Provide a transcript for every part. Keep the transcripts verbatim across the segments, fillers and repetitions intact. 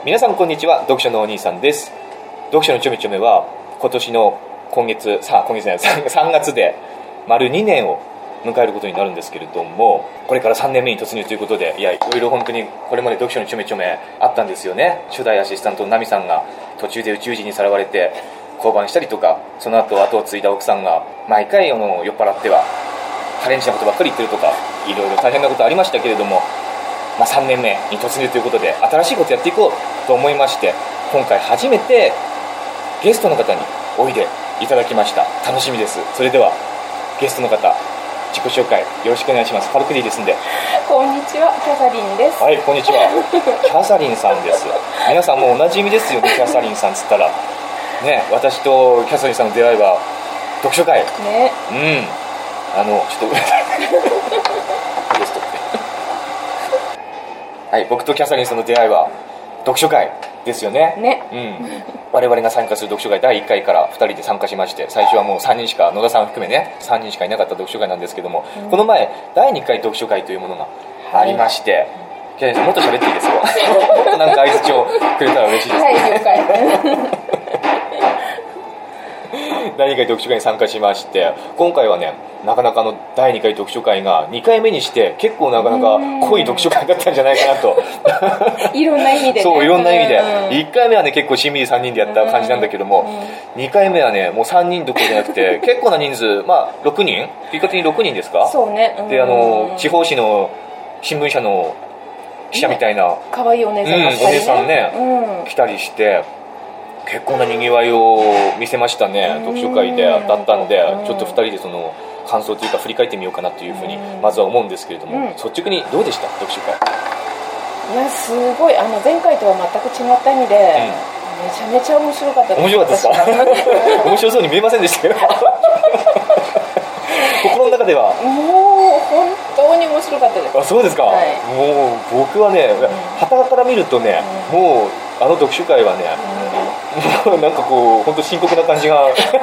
皆さんこんにちは、読書のお兄さんです。読書のちょめちょめは今年の今月さあ今月じゃないさんがつで丸にねんを迎えることになるんですけれども、これからさんねんめに突入ということで、いやいろいろ本当にこれまで読書のちょめちょめあったんですよね。初代アシスタントのナミさんが途中で宇宙人にさらわれて降板したりとか、その後後を継いだ奥さんが毎回あの酔っ払ってはハレンチなことばっかり言ってるとか、いろいろ大変なことありましたけれども、まあ、さんねんめに突入ということで新しいことやっていこうと思いまして、今回初めてゲストの方においでいただきました。楽しみです。それではゲストの方、自己紹介よろしくお願いします。軽くでいいですんで。 こんにちは、キャサリンです。 はい、こんにちは。キャサリンさんです。皆さんもうおなじみですよね、キャサリンさんつったらね。私とキャサリンさんの出会いは読書会ね。 うん、あのちょっとゲストってはい、僕とキャサリンさんの出会いは読書会ですよね。 ね、 うん、我々が参加する読書会だいいっかいからふたりで参加しまして、最初はもうさんにんしか、野田さん含めねさんにんしかいなかった読書会なんですけども、うん、この前だいにかい読書会というものがありまして、はい、キャサリンさんもっと喋っていいですよもっとなんか相槌をくれたら嬉しいです、 はい、了解だいにかい読書会に参加しまして、今回はねなかなかのだいにかい読書会がにかいめにして結構なかなか濃い読書会だったんじゃないかなといろんな意味でね。 そう、いろんな意味でいっかいめはね結構しんみりさんにんでやった感じなんだけども、にかいめはねもうさんにんどころじゃなくて結構な人数、まあろくにん、結果的にろくにんですか。 そうね、 であの地方紙の新聞社の記者みたいな可愛いお姉さんがうん、お姉さんね、 うん、 来たりして結構なにぎわいを見せましたね。読書会でだったんで、ちょっとふたりでその感想というか振り返ってみようかなというふうにまずは思うんですけれども、うん、率直にどうでした読書会。 いやすごい、あの前回とは全く違った意味で、うん、めちゃめちゃ面白かったです。 面白かったですか面白そうに見えませんでしたけど心の中ではもう本当に面白かったです。 あ、そうですか、はい、もう僕はね、はたから見るとね、うん、もうあの読書会はね、うん、もうなんかこう本当深刻な感じが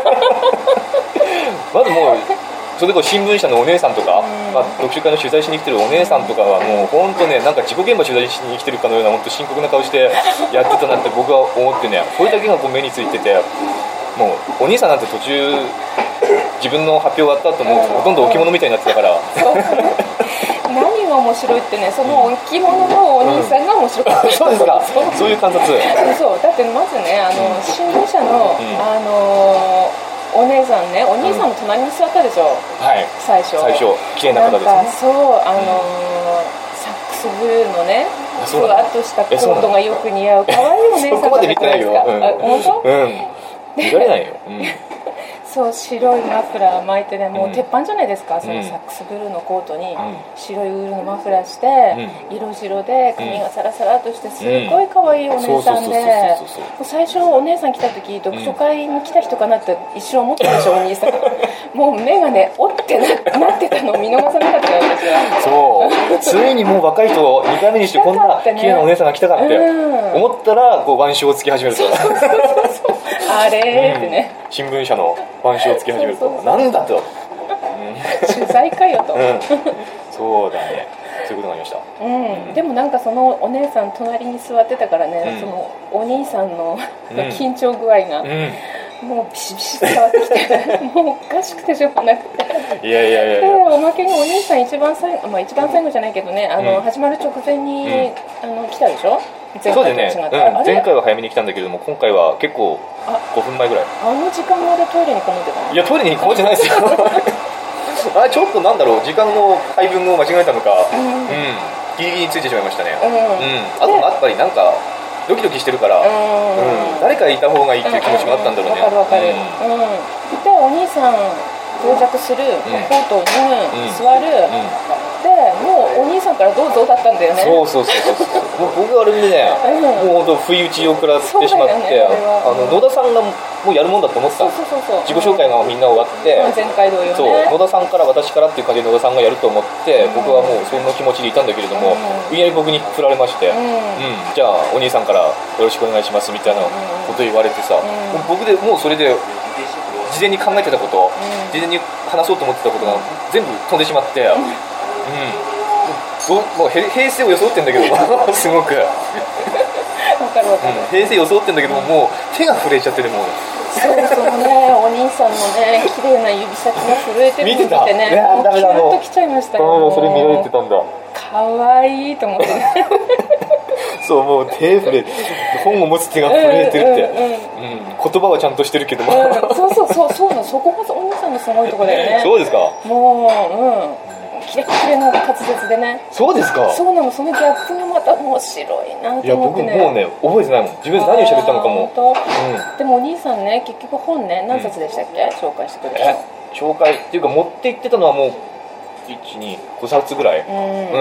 まずもうそれこそ新聞社のお姉さんとか、うんまあ、読書会の取材しに来てるお姉さんとかはもう本当ね、なんか事故現場取材しに来てるかのような本当深刻な顔してやってたなって僕は思ってね、それだけがこう目についてて、もうお兄さんなんて途中自分の発表があった後もほとんど置物みたいになってたから何が面白いってね、その置物のお兄さんが面白かった、うん、 そうですか。そういう観察。 そうだってまずね、あの新聞社の、うん、あのお姉さんね、お兄さんの隣に座ったでしょ、うん、はい、最初最初綺麗な方ですね。 なんかそう、あのーうん、サックスブルーのねふわっとしたコートがよく似合う可愛いお姉さんだったじゃないですか。 そこまで見てないよ、うん、 あ、本当？ うん、見られないよ、うんそう、白いマフラー巻いてね、もう鉄板じゃないですか、うん、そのサックスブルーのコートに白いウールのマフラーして、うん、色白で髪がサラサラとしてすごい可愛いお姉さんで、最初お姉さん来た時読書会に来た人かなって一瞬思ったでしょ、お兄さんもう目がねおってな, なってたのを見逃さなかったよ、私は。 そうついにもう若い人にかいめにしてこんな綺麗なお姉さんが来たかって思ったら、こう腕章をつけ始めるとあれーってね、 うん、新聞社の腕章をつけ始めるとなんだと、うん、 取材かよと、うん、 そうだね、そういうことがありました、 うんうん、でもなんかそのお姉さん隣に座ってたからね、うん、そのお兄さんの緊張具合が、うんうん、もうビシビシ伝わってきてもうおかしくてしょうがなくて、 いやいやいやいや、 でおまけにお兄さん一番最後、まあ、一番最後じゃないけどね、あの、うん、始まる直前に、うん、あの来たでしょ、前回と違って。 そうでね、うん、前回は早めに来たんだけども、今回は結構ごふんまえぐらい。 あの時間までトイレにこもってたの？ いやトイレにこもってないですよあ、ちょっとなんだろう、時間の配分を間違えたのか、うん、うん、ギリギリについてしまいましたね、うんうん、あとやっぱりなんかドキドキしてるから、うんうん、誰かいた方がいいっていう気持ちがあったんだろうね。 わかるわかる、うんうん、でお兄さん到着する、うん、コートを脱ぐ、うん、座る、うん、でもうお兄さんからどうぞだったんだよね。 そうそうそうそうもう僕はあれにね、うん、もう本当不意打ちを食らってしまって、ね、あの野田さんがもうやるもんだと思ってた。 そうそうそうそう、 自己紹介がみんな終わって、 うん、前回同様ね、 そう野田さんから私からっていう感じで野田さんがやると思って、うん、僕はもうそんな気持ちでいたんだけれども、うん、いきなり僕に振られまして、うんうん、じゃあお兄さんからよろしくお願いしますみたいなこと言われてさ、うん、僕でもうそれで事前に考えてたこと、うん、事前に話そうと思ってたことが全部飛んでしまって、うん、うん、そうもう平成を装ってんだけどすごくかるわかる、 うん、平静装ってんだけども、もう手が震えちゃってるもう。 そうそうね、お兄さんのね綺麗な指先が震えてるの見てね、 いやダメだ、もうキュッときちゃいましたよ。 もうそれ見られてたんだ。 可愛いと思ってねそう、もう手震え、本を持つ手が震えてるって、うん、うんうん、言葉はちゃんとしてるけども、 うん、そうそうそうそうな、そこがお兄さんのすごいとこだよね。 そうですか。 もう、うん、キレッキレの滑舌でね。 そうですか。 そうなの、そのギャップがまた面白いなと思ってね。 いや僕もうね覚えてないもん、自分で何を喋ったのかも。 本当、うん、でもお兄さんね、結局本ね何冊でしたっけ、うん、紹介してくれたの。紹介っていうか持って行ってたのはもういち、に、ごさつぐらい、うん、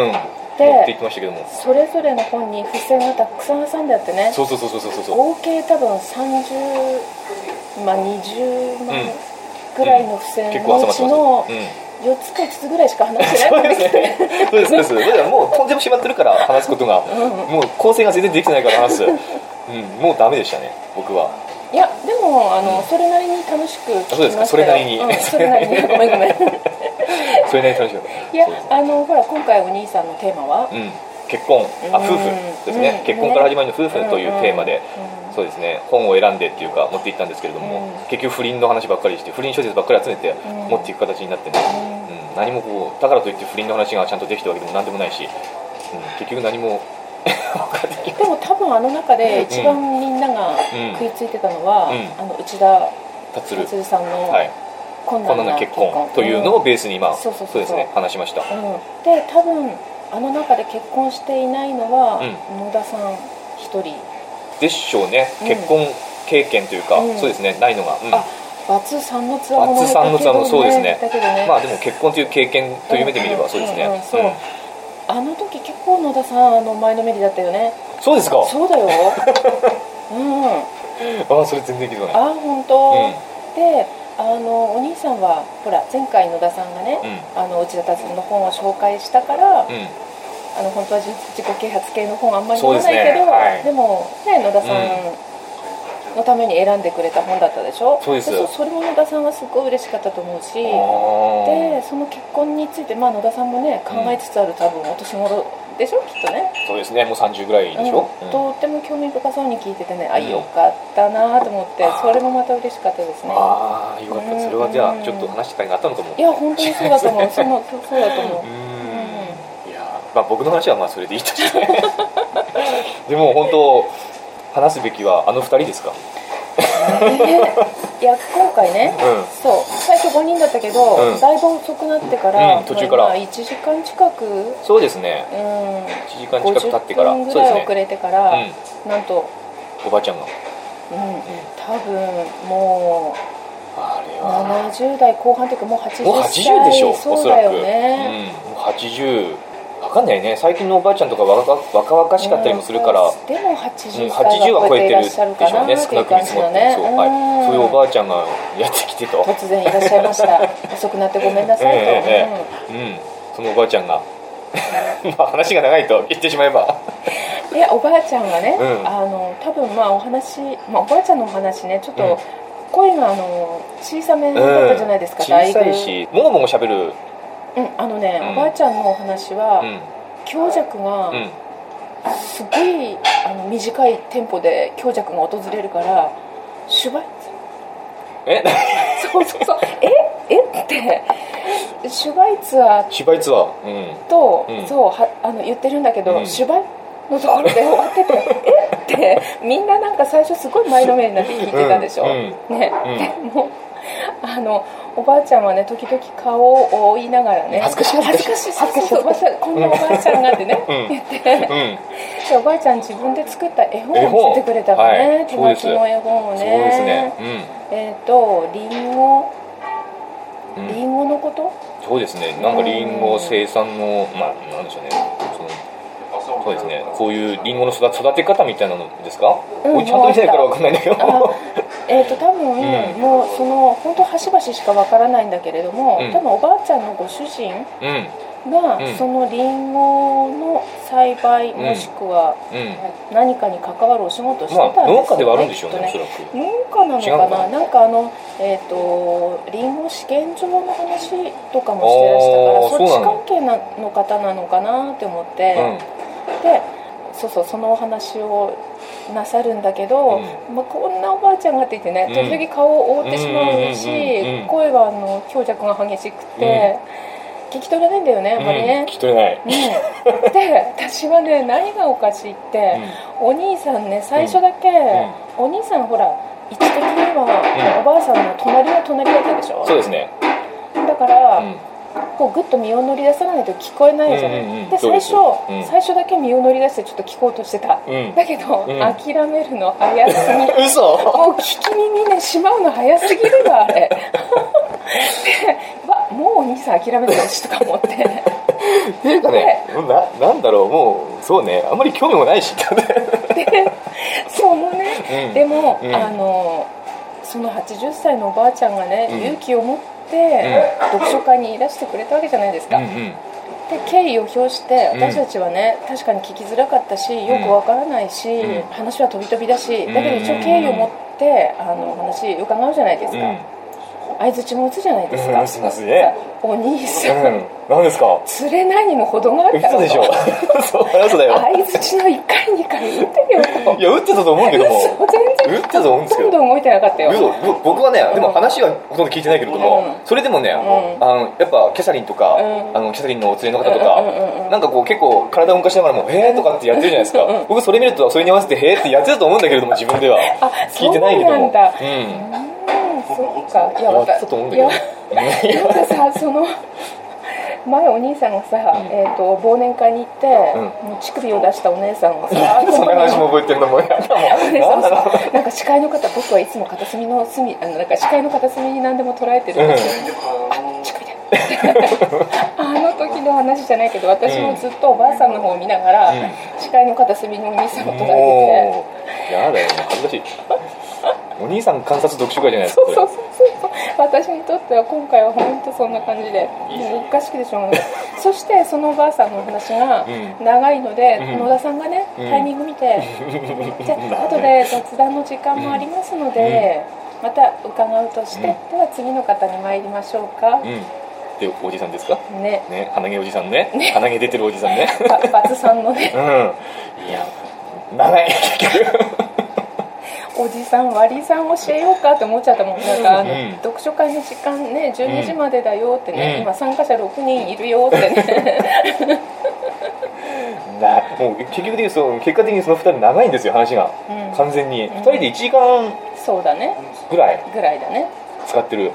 うんで持って行ってましたけども、それぞれの本に付箋がたくさん挟んであってね。 そうそうそうそうそうそう、 合計多分さんじゅうまんにじゅうまんぐらいの付箋のうちのよっつかいつつぐらいしか話してないんですね。 そうですそうです。もうとんでもしまってるから話すことが、うん、もう構成が全然できてないから話す、うん、もうダメでしたね僕は。 いやでもあの、うん、それなりに楽しく聞きましたよ。 そうですか、それなりに、 うん、それなりにごめんごめんそれなりに楽しかった。 いや、あのほら今回お兄さんのテーマは、 うん、結婚、あ、夫婦ですね、うん、結婚から始まりの夫婦というテーマで、うんうん、そうですね、本を選んでっていうか持っていったんですけれども、うん、結局不倫の話ばっかりして、不倫小説ばっかり集めて持っていく形になってね、うんうん、何もこうだからといって不倫の話がちゃんとできたわけでも何でもないし、うん、結局何もでも多分あの中で一番みんなが食いついてたのは、うんうん、あの内田達さんの、はい、困難な結婚というのをベースに今そうですね話しました、うん、 で多分あの中で結婚していないのは、うん、野田さん一人でしょうね、うん、結婚経験というか、うん、そうですね、ないのが、 うん、あバツさんのツアーもバツさんのツアーもそうですね、だけどね、まあでも結婚という経験という目で見ればそうですね、そう、 あの時結構野田さんあの前のめりだったよね。 そうですか。 そうだようん、 ああそれ全然気づかない。 ああ本当、うん、であのお兄さんはほら前回野田さんがね、うん、あの内田達の本を紹介したから、うん、あの本当は自己啓発系の本あんまり読まないけど で,、ねはい、でもね野田さんのために選んでくれた本だったでしょ。 そうです。 で そ, それも野田さんはすごい嬉しかったと思うし、でその結婚について、まあ、野田さんもね考えつつある多分お年頃でしょきっとね。 そうですね、もうさんじゅうぐらいでしょ、 うん、とっても興味深そうに聞いててね、あよかったなと思って、それもまた嬉しかったですね。 ああよかった、うん、それはじゃあちょっと話した会があったのかも。 いや本当にそうだと思うそのそうだと思う。うん、 いや、まあ、僕の話はまあそれでいいとしてねでも本当話すべきはあのふたりですか。 えー、いや今回ね、うん、そう最初ごにんだったけど、うん、だいぶ遅くなってから、うん、 途中からいちじかん近く、 そうですね、うん、いちじかん近く経ってからごじゅっぷんぐらい遅れてから、ね、うん、なんとおばあちゃんが、 うん、多分もうあれはななじゅうだいこう半というかもうはちじゅっさい、もうはちじゅうでしょ、そうだよね、 うん、もうはちじゅう分かんないね、最近のおばあちゃんとか若々しかったりもするから、うん、 でもはちじゅっさいは超えていらっしゃるかなっていう感じのね、 そう、はい、そういうおばあちゃんがやってきてと突然いらっしゃいました遅くなってごめんなさいと、えーえーうん、うん、そのおばあちゃんがまあ話が長いと言ってしまえばいやおばあちゃんがね、うん、あの多分まあお話、まあ、おばあちゃんのお話ねちょっと、うん、声があの小さめだったじゃないですか、うん、 小さいしもごもごしゃべる。 うん、あのね、うん、おばあちゃんのお話は、うん、強弱が、うん、すごいあの短いテンポで強弱が訪れるからシュバイえそうそうそうええってシュバイツアーシュバイツアー、 うん、と、うん、そうはあの言ってるんだけど、うん、シュバイのところで終わっててえってみんななんか最初すごい前のめりになって聞いてたでしょ、うんうん、ね、うん、でもあのおばあちゃんはね時々顔を覆いながらね恥ずかしい恥ずかしい恥ずかしいこんなおばあちゃんがってね、うん、言って、うん、でおばあちゃん自分で作った絵本を見せてくれたのね、はい、手書きの絵本をね、そうですね、うん、えっ、ー、とリンゴリンゴのこと、 そうですね、なんかリンゴ生産の、まあなんでしょうね、そのそうですね、こういうリンゴの育て方みたいなのですか、うん、ちゃんと見てないから分かんないんだけどえーと多分、うん、もうその本当端々しか分からないんだけれども、うん、多分おばあちゃんのご主人が、うん、そのリンゴの栽培、もしくは何かに関わるお仕事をしてたんですよね、 まあ、農家ではあるんでしょうね、おそらく農家なのかな、なんかあの、えーとリンゴ試験場の話とかもしてらしたから、そっち関係なの方なのかなって思って、でそうそうそのお話をなさるんだけど、うんまあ、こんなおばあちゃんがって言ってね、時々顔を覆ってしまうし、声はあの強弱が激しくて、うん、聞き取れないんだよね、あんまりね、 うん、聞き取れない、 うん、で私はね何がおかしいって、うん、お兄さんね最初だけ、うん、お兄さんほら位置的には、うん、おばあさんの隣の隣だったでしょ。 そうですね。 だから、うんこうグッと身を乗り出さないと聞こえないじゃない、うんうんうん、で最初、うん、最初だけ身を乗り出してちょっと聞こうとしてた、うん、だけど、うん、諦めるの早すぎ嘘もう聞き耳ねしまうの早すぎるわあれでわもうお兄さん諦めてるしとか思ってっていうかねな、なんだろうもうそうねあんまり興味もないしでそうもね、うん、でも、うん、あのそのはちじゅっさいのおばあちゃんがね、うん、勇気を持ってで、うん、読書会にいらしてくれたわけじゃないですか、うんうん、で敬意を表して私たちはね、うん、確かに聞きづらかったしよくわからないし、うん、話は飛び飛びだし、うん、だけど一応敬意を持ってあの話伺うじゃないですか、うん相づちも打つじゃないですか、うん、しますね。お兄さん、うん、 何ですか釣れないにも程があった嘘でしょそうそうだよ相づちのいっかいにかい打ってよいや打ってたと思うけども全然打ってたと思うんですけどほとんど動いてなかったよ僕はねでも話はほとんど聞いてないけれども、うん、それでもね、うん、あのやっぱキャサリンとか、うん、あのキャサリンのお連れの方とか、うんうんうん、なんかこう結構体を動かしながらもへーとかってやってるじゃないですか、うん、僕それ見るとそれに合わせてへーってやってたと思うんだけれども自分では聞いてないけどもそうなんだ、うんそっかいやわかと思うんだけどなんかさその前お兄さんがさ、うんえー、と忘年会に行って、うん、もう乳首を出したお姉さんがさそんな話も覚えてるのもやだもんなんか司会の方僕はいつも片隅の隅あのなんか司会の片隅に何でも捉えてるんですよ、うん、あ乳首だあの時の話じゃないけど私もずっとおばあさんの方を見ながら、うん、司会の片隅のお兄さんを捉えててやだよね恥ずかしいお兄さん観察読書会じゃないですかそうそうそうそう私にとっては今回は本当そんな感じでおかしくてしょうがないそしてそのおばあさんの話が長いので、うん、野田さんがねタイミング見て、うん、じゃあ後で雑談の時間もありますので、うん、また伺うとして、うん、では次の方に参りましょうか、うんでおじさんですかねね鼻毛おじさんねね鼻毛出てるおじさんねバツさんのねうんいや長い結局おじさん割り算教えようかって思っちゃったもんなんかあの、うん、読書会の時間ねじゅうにじまでだよってね、うん、今参加者ろくにんいるよってねなもう結局的にその結果的にそのふたり長いんですよ話が、うん、完全に、うん、ふたりでいちじかんそうだねぐらいぐらいだね使ってる、 うん、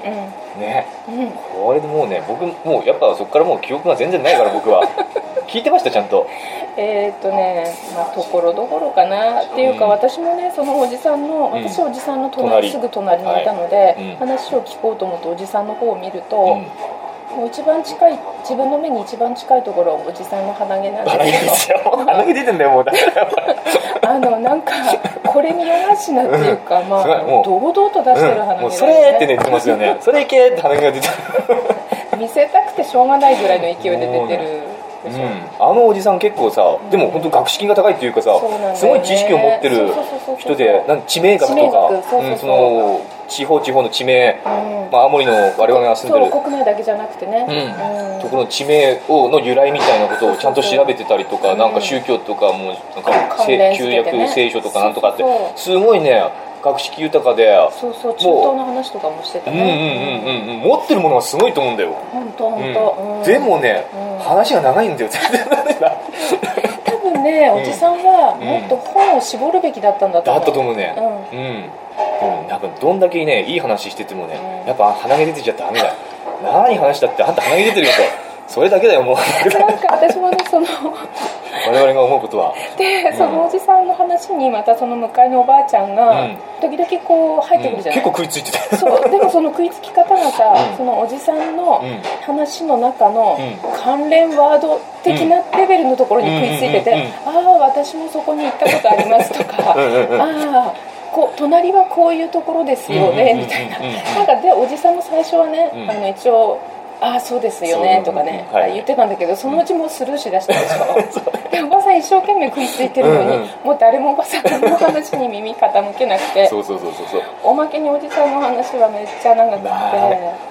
ね、うん、これでもうね僕もうやっぱそこからもう記憶が全然ないから僕は聞いてましたちゃんとえーっとねまあところどころかなっていうか、うん、私もねそのおじさんの私おじさんの隣、うん、すぐ隣にいたので、はいうん、話を聞こうと思っておじさんの方を見ると、うん、もう一番近い自分の目に一番近いところはおじさんの鼻毛なんですけど鼻毛出てんだよもうだあのなんかこれ見よがしなっていうか、うん、まあ堂々と出してる鼻毛だよね、 もうそれって言ってますよねそれいけって鼻毛が出てる見せたくてしょうがないぐらいの勢いで出てるうん、あのおじさん結構さ、うん、でも本当学識が高いっていうかさ、ね、すごい知識を持ってる人でなん地名学とかその地方地方の地名、うんまあ、青森の我々が住んでるそう国内だけじゃなくてね、 うんうん、ところの地名をの由来みたいなことをちゃんと調べてたりとか、うん、なんか宗教とかもなんか旧約聖書とかなんとかってすごいね学識豊かでそうそう中東の話とかもしてたね、 うんうんうんうん、持ってるものがすごいと思うんだよ本当本当でもね、うん、話が長いんだよ全然多分ねおじさんはもっと本を絞るべきだったんだと思うだったと思うねうん、うんうん、なんかどんだけねいい話しててもね、うん、やっぱ鼻毛出てちゃダメだよ何話したってあんた鼻毛出てるよとそれだけだよもうなんか私もねその我々が思うことはで、うん、そのおじさんの話にまたその向かいのおばあちゃんが、うん、時々こう入ってくるじゃない、 うん、結構食いついててそうでもその食いつき方がさ、うん、そのおじさんの話の中の関連ワード的なレベルのところに食いついてて、ああ私もそこに行ったことありますとかああこう隣はこういうところですよねみたいななんかでおじさんも最初はね、うん、あの一応ああそうですよねとかね、はい、言ってたんだけどそのうちもうスルーしだしたでしょでおばさん一生懸命食いついてるのに、うんうん、もう誰もおばさんの話に耳傾けなくてそうそうそうそうおまけにおじさんの話はめっちゃ長くて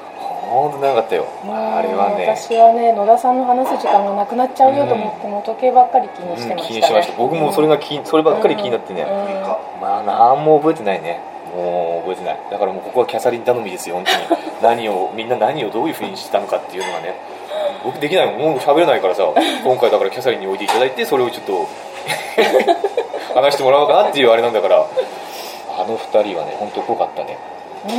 本当長かったよ、あれはね。 私はね、野田さんの話す時間がなくなっちゃうよと思って、もう時計ばっかり気にしてましたね、うん、気にしました。 僕もそれが気、そればっかり気になってね、うんうん、まあ何も覚えてないね、もう覚えてない。だからもうここはキャサリン頼みですよ、本当に何をみんな何をどういうふうにしてたのかっていうのがね、僕できないもん、もう喋れないからさ、今回だからキャサリンに置いていただいて、それをちょっと話してもらおうかなっていうあれなんだから、あのふたりはね本当濃かったね、うん、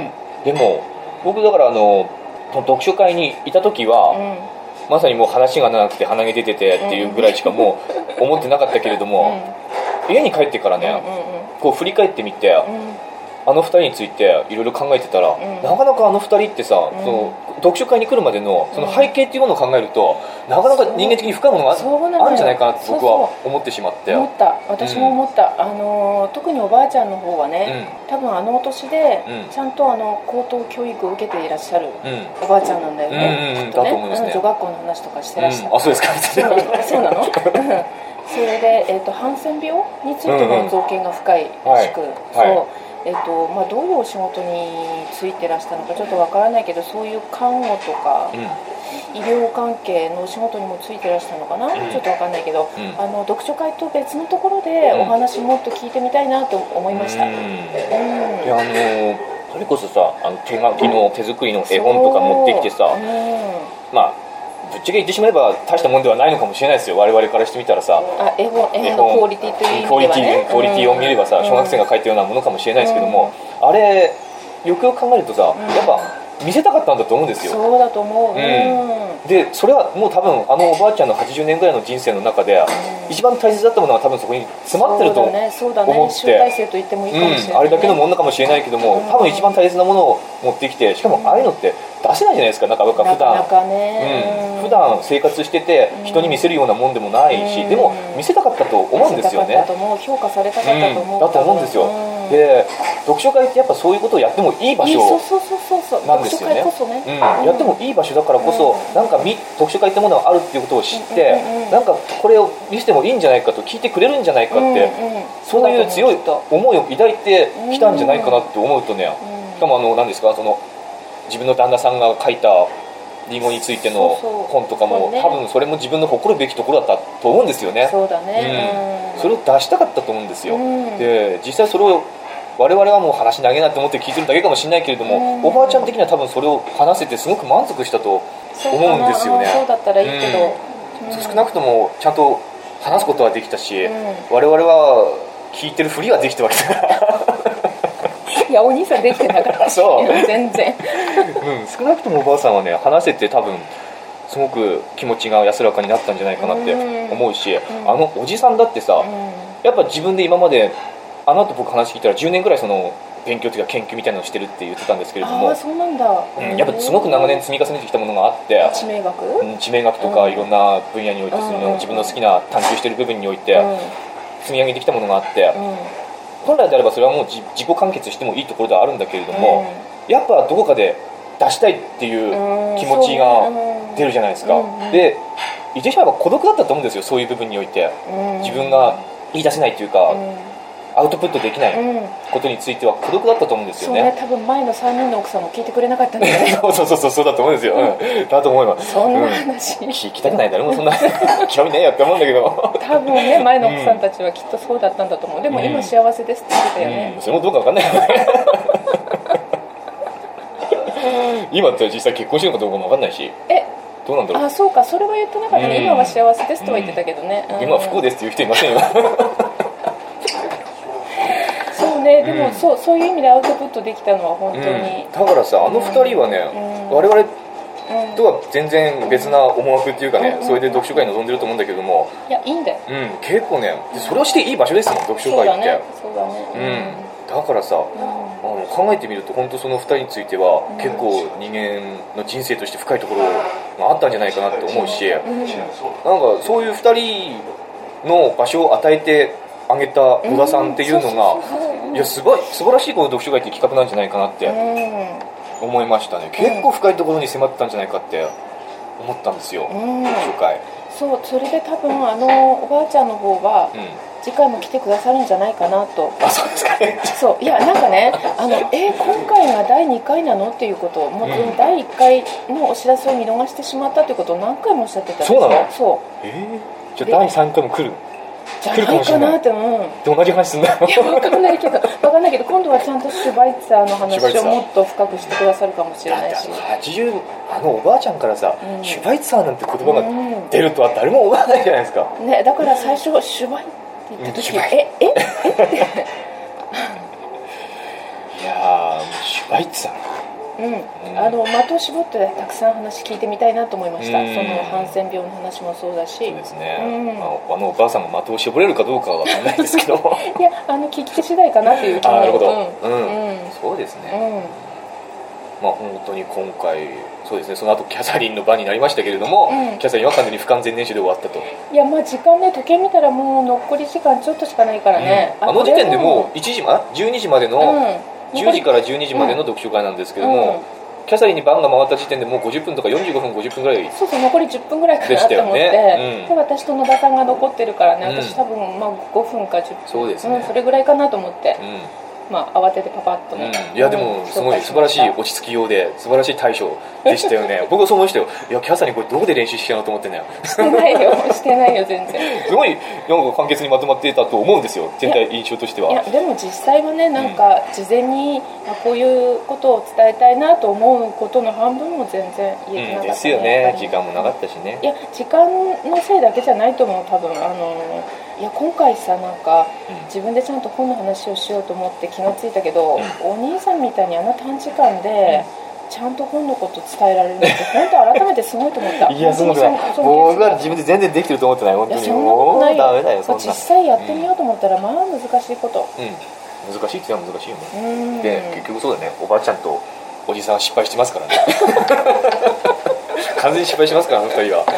でも僕だからあの読書会にいた時は、うん、まさにもう話が長くて鼻毛出ててっていうぐらいしかもう思ってなかったけれども、うん、家に帰ってからね、うんうんうん、こう振り返ってみて、うん、あのふたりについていろいろ考えてたら、うん、なかなかあのふたりってさ、うん、その読書会に来るまでのその背景っていうものを考えると、うん、なかなか人間的に深いものが あ, あるんじゃないかなって僕は思ってしまって思った。私も思った、うん、あの特におばあちゃんの方はね、うん、多分あのお年でちゃんとあの高等教育を受けていらっしゃるおばあちゃんなんだよね、うんうんうん、 だと思いますね。 女学校の話とかしてらっしゃる、うん、 あ、そうですか。 そうなのそれで、えーと、ハンセン病についての造詣が深いらしく、うんうん、そう、はいえーとまあ、どういうお仕事に就いてらしたのかちょっとわからないけど、そういう看護とか、うん、医療関係のお仕事にも就いてらしたのかな、うん、ちょっとわかんないけど、うん、あの読書会と別のところでお話もっと聞いてみたいなと思いました。うん、うん、 いやあのー、それこそさ、あの手書きの手作りの絵本とか持ってきてさ、うん、まあぶっちゃけ言ってしまえば大したもんではないのかもしれないですよ、我々からしてみたらさ。 あ、絵本、絵本のクオリティという意味ではね、 クオリティを見ればさ、小学生が描いたようなものかもしれないですけども、うん、あれよくよく考えるとさ、うん、やっぱ見せたかったんだと思うんですよ。 そうだと思う、うん、 でそれはもう多分あのおばあちゃんのはちじゅうねんぐらいの人生の中で、うん、一番大切だったものが多分そこに詰まってると思って、 そうだね、そうだね、集大成と言ってもいいかもしれない、ね、 うん、あれだけのものかもしれないけども、うん、多分一番大切なものを持ってきて、しかもああいうのって出せないじゃないですか、なんか普段、なかなかね、うん、普段生活してて人に見せるようなもんでもないし、うん、でも見せたかったと思うんですよね。 評価されたかったと思う、 うん、だと思うんですよ、うん、で読書会ってやっぱそういうことをやってもいい場所なんですよね。 読書会こそね、 うん、やってもいい場所だからこそ、うん、なんか読書会ってものがあるっていうことを知って、うんうんうん、なんかこれを見せてもいいんじゃないかと、聞いてくれるんじゃないかって、うんうん、そういう強い思いを抱いてきたんじゃないかなって思うとね、うん、しかもあの何ですか、その自分の旦那さんが書いたリンゴについての本とかも、そうそう、ね、多分それも自分の誇るべきところだったと思うんですよね。 そうだね、 うん、それを出したかったと思うんですよ、うん、で実際それを我々はもう話長げなと思って聞いてるだけかもしれないけれども、うん、おばあちゃん的には多分それを話せてすごく満足したと思うんですよね。 そうだったらいいけど、 うんうん、少なくともちゃんと話すことはできたし、うん、我々は聞いてるふりはできたわけだいやお兄さんできてなかったしそう全然、 うん、少なくともおばあさんはね話せて多分すごく気持ちが安らかになったんじゃないかなって思うし、うん、あのおじさんだってさ、うん、やっぱ自分で今まであの後僕話聞いたらじゅうねんぐらいその勉強というか研究みたいなのをしてるって言ってたんですけれども、 あ、そうなんだ、 うん、やっぱすごく長年積み重ねてきたものがあって、 地名学、 うん、地名学とかいろんな分野において、うん、その自分の好きな探求している部分において、うん、積み上げてきたものがあって、うん、本来であればそれはもう自己完結してもいいところではあるんだけれども、うん、やっぱどこかで出したいっていう気持ちが出るじゃないですか、うんうん、で言ってしまえば孤独だったと思うんですよ、そういう部分において、うん、自分が言い出せないというか、うんアウトプットできないことについては孤独だったと思うんですよね。 そうね、多分前のさんにんの奥さんも聞いてくれなかったんだよねそうそうそうそうだと思うんですよ、うん、だと思います。 そんな話、 うん、聞きたくない、誰もそんな興味ねえよって思うんだけど多分ね、前の奥さんたちはきっとそうだったんだと思う、うん、でも今幸せですって言ってたよね、 うん、それもどうか分かんないよね今って実際結婚してるのかどうかも分かんないし、 えどうなんだろう。 あ、そうか、それは言ってなかったね、うん、今は幸せですとは言ってたけどね、 うん、今は不幸ですっていう人いませんよね、でも、うん、そう、そういう意味でアウトプットできたのは本当に、うん、 だからさ、あのふたりはね、うん、我々とは全然別な思惑っていうかね、うん、それで読書会に臨んでると思うんだけども、 いや、いいんだよ、 うん、結構ね、それをしていい場所ですよ、読書会って。 そうだね、そうだね、 うん、だからさ、うん、あの考えてみると本当そのふたりについては、うん、結構人間の人生として深いところがあったんじゃないかなと思うし、うん、なんかそういうふたりの場所を与えてあげた野田さんっていうのが、いや、すごい素晴らしいこの読書会っていう企画なんじゃないかなって思いましたね。結構深いところに迫ったんじゃないかって思ったんですよ、読書会。 そう、それで多分あのおばあちゃんの方は、うん、 次回も来てくださるんじゃないかなと。 あ、そうですかね。 そういやなんかねあのえー、今回がだいにかいなのっていうことをもう、うん、だいいっかいのお知らせを見逃してしまったということを何回もおっしゃってたんですよ。 そうなの？ そうえー、じゃあだいさんかいも来るじゃないかなって、うん、 で同じ話すんだよ。 いや分かんないけど分かんないけど今度はちゃんとシュバイツァーの話をもっと深くしてくださるかもしれないし、 はちじゅうあのおばあちゃんからさ、うん、シュバイツァーなんて言葉が出るとは誰も思わないじゃないですか、 ね、だから最初シュバイって言った時、うん、えええっていやーシュバイツァーうん、あの的を絞ってたくさん話聞いてみたいなと思いました。そのハンセン病の話もそうだし、 そうですね、うんまあ、あのおばあさんも的を絞れるかどうかは分かんないですけどいやあの聞き手次第かなっていうあなるほど、うんうんうん、 そうですね、うんまあ、本当に今回そうですねその後キャサリンの番になりましたけれども、うん、キャサリンは完全に不完全燃焼で終わったと。 いやまあ時間ね時計見たらもう残り時間ちょっとしかないからね、 うん、あの時点でもういちじあじゅうにじまでの、うんじゅうじからじゅうにじまでの読書会なんですけども、うん、キャサリンに番が回った時点でもうごじゅっぷんとかよんじゅうごふんごじゅっぷんぐらいそうそう残りじゅっぷんぐらいかなと思って、ねうん、で私と野田さんが残ってるからね、うん、私多分まあごふんかじゅっぷんそうですね、 うん、それぐらいかなと思って、うんまあ、慌ててパパッとね、 うん、いやでもすごい素晴らしい落ち着きようで素晴らしい対処でしたよね僕はそう思いましたよ。いやキャサリンこれどこで練習してたのと思ってんだよ。 してないよしてないよ全然すごいなんか簡潔にまとまっていたと思うんですよ全体印象としては。 いやでも実際はねなんか事前に、うん、こういうことを伝えたいなと思うことの半分も全然言えてなかった、ねうん、ですよね時間もなかったしね。 いや時間のせいだけじゃないと思う多分あのいや今回さなんか、うん、自分でちゃんと本の話をしようと思って気がついたけど、うん、お兄さんみたいにあの短時間で、うん、ちゃんと本のこと伝えられるのって本当改めてすごいと思ったいやすごくない僕は自分で全然できてると思ってない本当に。いやそんなことないよダメだよそんな実際やってみようと思ったら、うん、まあ難しいこと、 うん、難しいって言ったら難しいよね。で結局そうだねおばあちゃんとおじさんは失敗してますからね完全に失敗しますからあのふたりは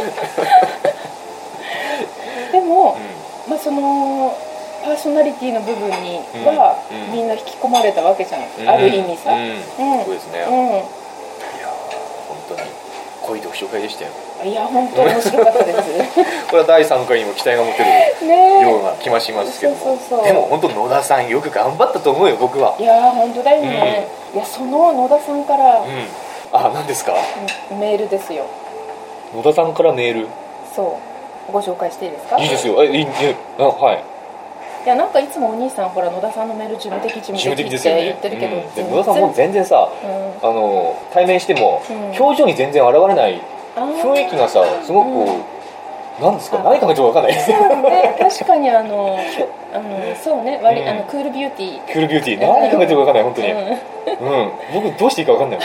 でも、うんまあ、そのパーソナリティの部分には、うん、みんな引き込まれたわけじゃん、うん、ある意味さ、うんうん、そうですね、うん、いや本当に濃い読書会でしたよ。 いや本当面白かったですこれはだいさんかいにも期待が持てるような気もしますけども、そうそうそうでも本当野田さんよく頑張ったと思うよ僕は。 いや本当だよね、うん、いやその野田さんから、うん、 あ何ですかメールですよ。 野田さんからメールそうご紹介していいですか。 いいですよ。えいいあはいいやなんかいつもお兄さんほら野田さんのメール事務的事務的って言ってるけど、ねうん、野田さんも全然さ、うん、あの対面しても、うん、表情に全然現れない雰囲気がさすごく、うん、なんですか何考えても分かんないですね。確かにあのあのそうね割、うん、あのクールビューティークールビューティー何考えても分かんない本当に、うんうん、僕どうしていいか分かんない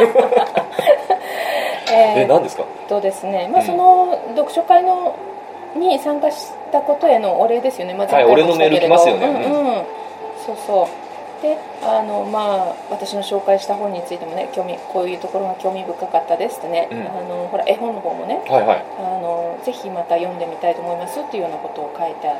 えー、え何ですかとですね、まあ、その読書会のに参加したことへのお礼ですよね、まずはい、俺のメール来ますよね、 うんうん、そうそうであの、まあ、私の紹介した本についてもね興味こういうところが興味深かったですってね、うん、あのほら絵本の方もね、はいはい、あのぜひまた読んでみたいと思いますっていうようなことを書いてあって、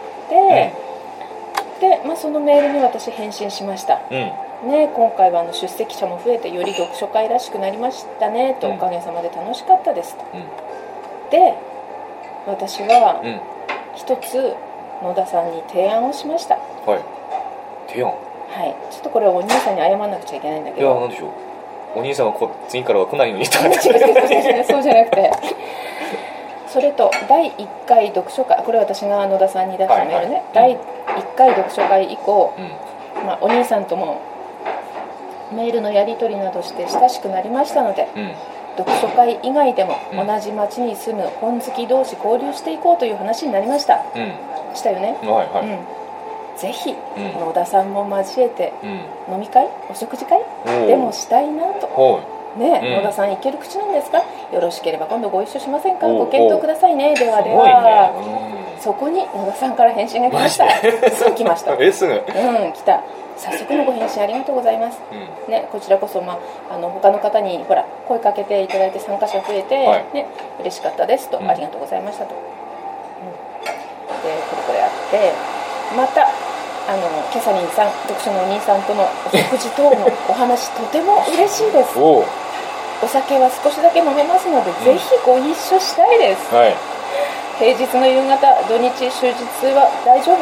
うん、で、まあ、そのメールに私返信しました、うんね、今回はあの出席者も増えてより読書会らしくなりましたねと、うん、おかげさまで楽しかったですと、うん、で私は一つ野田さんに提案をしました。 はい提案はいちょっとこれはお兄さんに謝らなくちゃいけないんだけど。 いやなんでしょうお兄さんはこ次からは来ないようにとかそうじゃなくてそれとだいいっかい読書会これ私が野田さんに出したメールね、はいはい、だいいっかい読書会以降、うんまあ、お兄さんともメールのやり取りなどして親しくなりましたので、うん読書会以外でも同じ町に住む本好き同士交流していこうという話になりました、うん、したよね、はいはいうん、ぜひ、うん、野田さんも交えて、うん、飲み会お食事会でもしたいなと、ねうん、野田さん行ける口なんですかよろしければ今度ご一緒しませんかご検討くださいねではでは、ねうん、そこに野田さんから返信が来ましたすぐ来ましたえすぐうん来た早速のご返信ありがとうございます、うんね、こちらこそ、まあ、あの他の方にほら声かけていただいて参加者増えて、はいね、嬉しかったですと、うん、ありがとうございましたと、うん、でこれこれあってまたあのキャサリンさん読書のお兄さんとのお食事等のお話とても嬉しいですお, お酒は少しだけ飲めますので、うん、ぜひご一緒したいです、はい、平日の夕方土日祝日は大丈夫ですと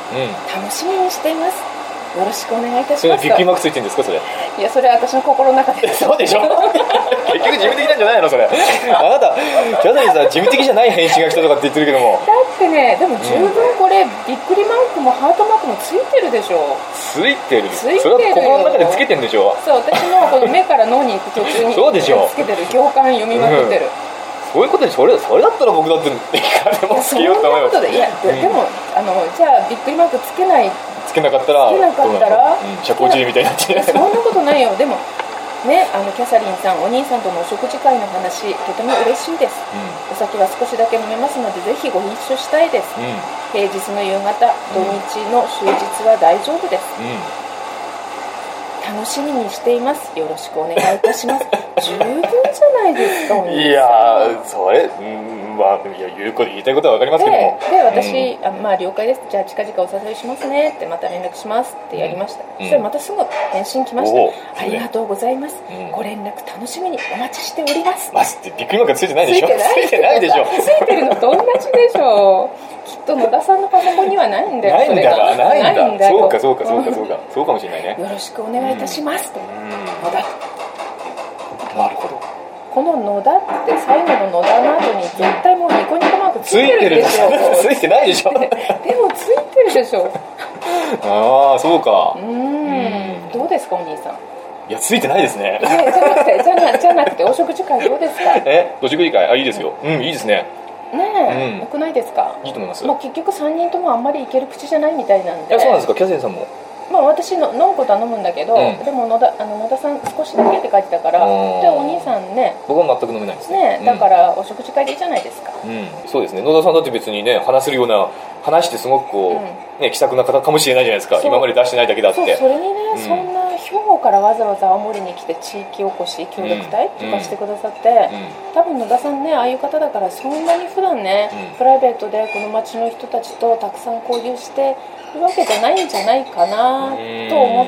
楽しみにしています、よろしくお願いいたします。 それびっくりマークついてるんですかそれ？ いや、それは私の心の中でそうでしょ結局事務的なんじゃないのそれ。あなたキャサリンさん事務的じゃない返信が来たとかって言ってるけども、 だってね、でも十分これ、うん、びっくりマークもハートマークもついてるでしょ。 ついてる。 ついてるよ。 それは心の中でつけてるんでしょ。 そう、私もこの目から脳に行く途中にそうでしょつけてる、行間読みまくってる、うん、 そういうことで、それそれだったら僕だっていかでもつけようと思います。 いや、でもあのじゃあびっくりマークつけないつけなかったらつけなかったら、 うん、社交辞令みたいになってそんなことないよ。でもね、あのキャサリンさん、お兄さんとのお食事会の話、とても嬉しいです、うん、お酒は少しだけ飲めますのでぜひご一緒したいです、うん、平日の夕方、土日の終日は大丈夫です、うん、楽しみにしています、よろしくお願いいたします十分じゃないですか、お兄さん。 いやー、それ、うん、まあ、いや、言うこと言いたいことは分かりますけども、 で、で私、うん、あまあ了解です、じゃあ近々お誘いしますねって、また連絡しますってやりました、うん、そしたらまたすぐ返信来ました、ありがとうございます、うん、ご連絡楽しみにお待ちしております。 ますってびっくりマークついてないでしょ。ついてないでしょ。ついてるのと同じでしょ。きっと野田さんのパソコンにはないんだよ。 ないんだかないんだ。そうかそうかそうかそうかそうかもしれないね。 よろしくお願いいたしますと、野田。 なるほど。 この野田って最後の野田の後に絶対もうニコニコマークついてるでしょ。 ついてないでしょ。でもついてるでしょ。 ああ、そうか。 うーん、どうですかお兄さん。 いや、ついてないですね。 じゃなくてじゃなじゃなくてお食事会どうですか。 え、お食事会、あ、いいですよ。うん、いいですね。 ねえ、うん、よくないですか。 いいと思います。 もう結局さんにんともあんまりいける口じゃないみたいなんで。 いや、そうなんですか。キャセンさんも。 まあ、私の飲むことは飲むんだけど、うん、でも野田あの野田さん少しだけって書いてたから、じゃあお兄さんね。 僕は全く飲めないですね。ね、だからお食事会でいいじゃないですか。 うん、そうですね。野田さんだって別にね、話せるような話してすごくこう、うん、ね、気さくな方かもしれないじゃないですか。今まで出してないだけだって。 そう、それにね、うん、そんな兵庫からわざわざ青森に来て地域おこし協力隊とかしてくださって、うんうん、多分野田さんね、ああいう方だからそんなに普段ね、うん、プライベートでこの町の人たちとたくさん交流しているわけじゃないんじゃないかなと思って、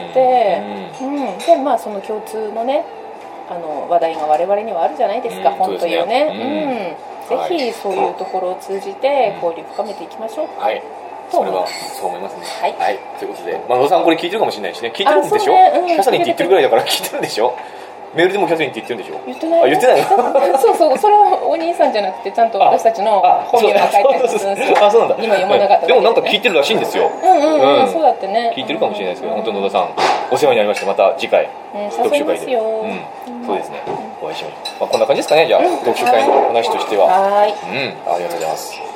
うんうん、でまあその共通のね、あの話題が我々にはあるじゃないですか、うん、本というね、うんうん、ぜひそういうところを通じて交流深めていきましょう。 はい、それはそう思いますね。はい、はい、ということで、まあ、野田さんこれ聞いてるかもしれないしね。聞いてるんでしょ、ね、うん、キャサリンって言ってるぐらいだから聞いてるんでしょ。メールでもキャサリンって言ってるんでしょ。 言ってない。 あ、言ってないのそうそう、それはお兄さんじゃなくてちゃんと私たちの本名が書いてあるんです。 あ、そうなんだ。 今読まなかっただけで、ね、 でもなんか聞いてるらしいんですよ。 うんうんうん、うん、そうだってね。 聞いてるかもしれないですけど、うん、本当野田さんお世話になりました。また次回、 うん、読書会で、 うん、そうですね、お会いしましょう。まあ、こんな感じですかね。じゃあ、うん、読書会の話としては。 はい、 うん、ありがとうございます。